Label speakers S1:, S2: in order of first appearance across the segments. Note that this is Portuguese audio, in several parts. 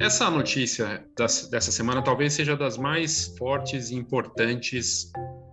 S1: Essa notícia dessa semana talvez seja das mais fortes e importantes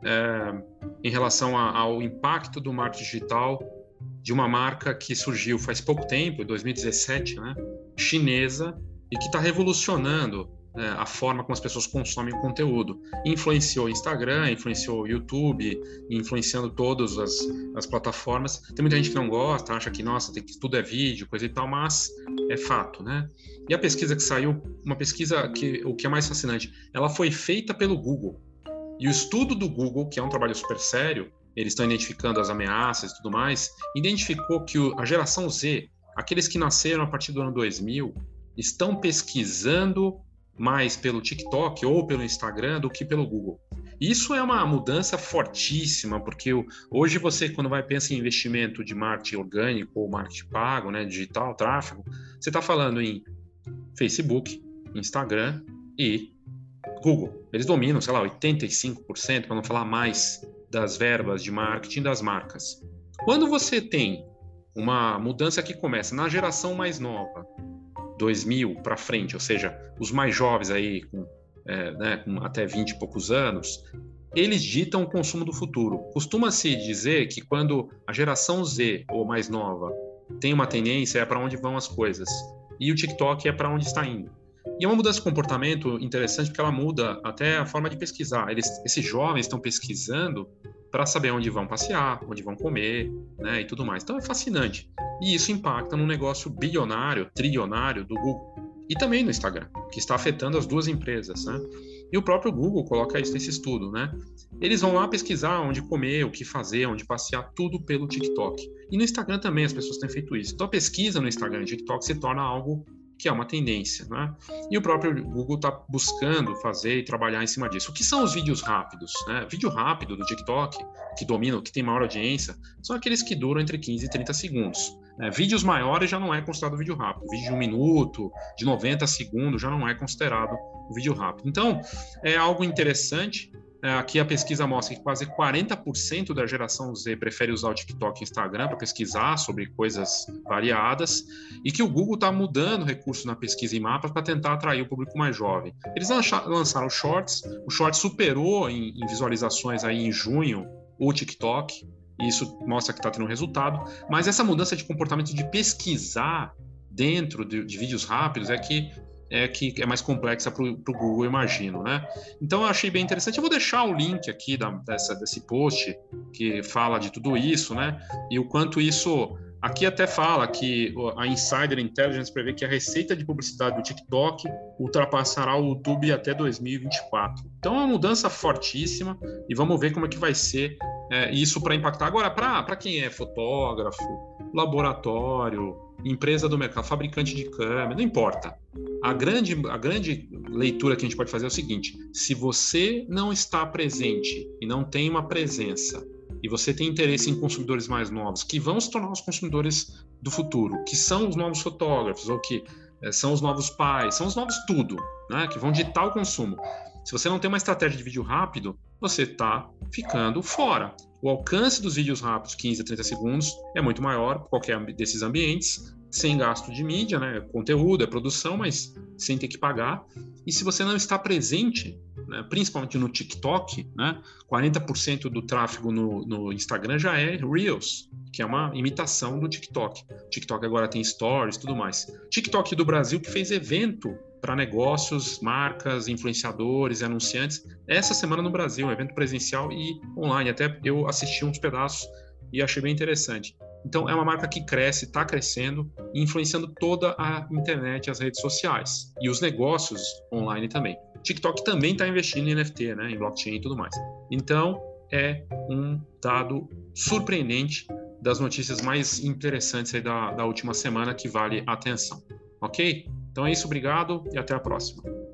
S1: em relação ao impacto do marketing digital de uma marca que surgiu faz pouco tempo, em 2017, né, chinesa, e que está revolucionando a forma como as pessoas consomem conteúdo. Influenciou o Instagram, influenciou o YouTube, influenciando todas as plataformas. Tem muita gente que não gosta, acha que, nossa, tudo é vídeo, coisa e tal, mas é fato, né? E a pesquisa que saiu, uma pesquisa que o que é mais fascinante, ela foi feita pelo Google. E o estudo do Google, que é um trabalho super sério, eles estão identificando as ameaças e tudo mais, identificou que a geração Z, aqueles que nasceram a partir do ano 2000, estão pesquisando mais pelo TikTok ou pelo Instagram do que pelo Google. Isso é uma mudança fortíssima, porque hoje você, quando pensa em investimento de marketing orgânico ou marketing pago, né, digital, tráfego, você está falando em Facebook, Instagram e Google. Eles dominam, sei lá, 85%, para não falar mais, das verbas de marketing das marcas. Quando você tem uma mudança que começa na geração mais nova, 2000 para frente, ou seja, os mais jovens aí com até 20 e poucos anos, eles ditam o consumo do futuro. Costuma-se dizer que quando a geração Z ou mais nova tem uma tendência, é para onde vão as coisas. E o TikTok é para onde está indo. E é uma mudança de comportamento interessante porque ela muda até a forma de pesquisar. Esses jovens estão pesquisando para saber onde vão passear, onde vão comer, né, e tudo mais. Então é fascinante. E isso impacta num negócio bilionário, trilionário do Google. E também no Instagram, que está afetando as duas empresas, né? E o próprio Google coloca isso nesse estudo, né? Eles vão lá pesquisar onde comer, o que fazer, onde passear, tudo pelo TikTok. E no Instagram também as pessoas têm feito isso. Então a pesquisa no Instagram e TikTok se torna algo que é uma tendência, né? E o próprio Google está buscando fazer e trabalhar em cima disso. O que são os vídeos rápidos, né? Vídeo rápido do TikTok, que dominam, que tem maior audiência, são aqueles que duram entre 15 e 30 segundos. Vídeos maiores já não é considerado vídeo rápido. Vídeo de 1 minuto, de 90 segundos, já não é considerado vídeo rápido. Então, é algo interessante. Aqui a pesquisa mostra que quase 40% da geração Z prefere usar o TikTok e o Instagram para pesquisar sobre coisas variadas e que o Google está mudando recursos na pesquisa em mapas para tentar atrair o público mais jovem. Eles lançaram o Shorts superou em visualizações aí em junho o TikTok, e isso mostra que está tendo resultado, mas essa mudança de comportamento de pesquisar dentro de vídeos rápidos é que é mais complexa para o Google, eu imagino, né? Então eu achei bem interessante. Eu vou deixar o link aqui desse post que fala de tudo isso, né? E o quanto isso... Aqui até fala que a Insider Intelligence prevê que a receita de publicidade do TikTok ultrapassará o YouTube até 2024. Então é uma mudança fortíssima e vamos ver como é que vai ser isso para impactar. Agora, para quem é fotógrafo, laboratório, empresa do mercado, fabricante de câmera, não importa. A grande leitura que a gente pode fazer é o seguinte: se você não está presente e não tem uma presença, e você tem interesse em consumidores mais novos, que vão se tornar os consumidores do futuro, que são os novos fotógrafos, ou que são os novos pais, são os novos tudo, né, que vão ditar o consumo. Se você não tem uma estratégia de vídeo rápido, você está ficando fora. O alcance dos vídeos rápidos, 15 a 30 segundos, é muito maior por qualquer desses ambientes, sem gasto de mídia, né? Conteúdo, é produção, mas sem ter que pagar. E se você não está presente, né, principalmente no TikTok, né, 40% do tráfego no Instagram já é Reels, que é uma imitação do TikTok. O TikTok agora tem stories e tudo mais. TikTok do Brasil que fez evento para negócios, marcas, influenciadores e anunciantes essa semana no Brasil, um evento presencial e online. Até eu assisti uns pedaços e achei bem interessante. Então, é uma marca que cresce, está crescendo e influenciando toda a internet, as redes sociais e os negócios online também. TikTok também está investindo em NFT, né, em blockchain e tudo mais. Então, é um dado surpreendente das notícias mais interessantes aí da última semana que vale a atenção. Ok? Então é isso, obrigado e até a próxima.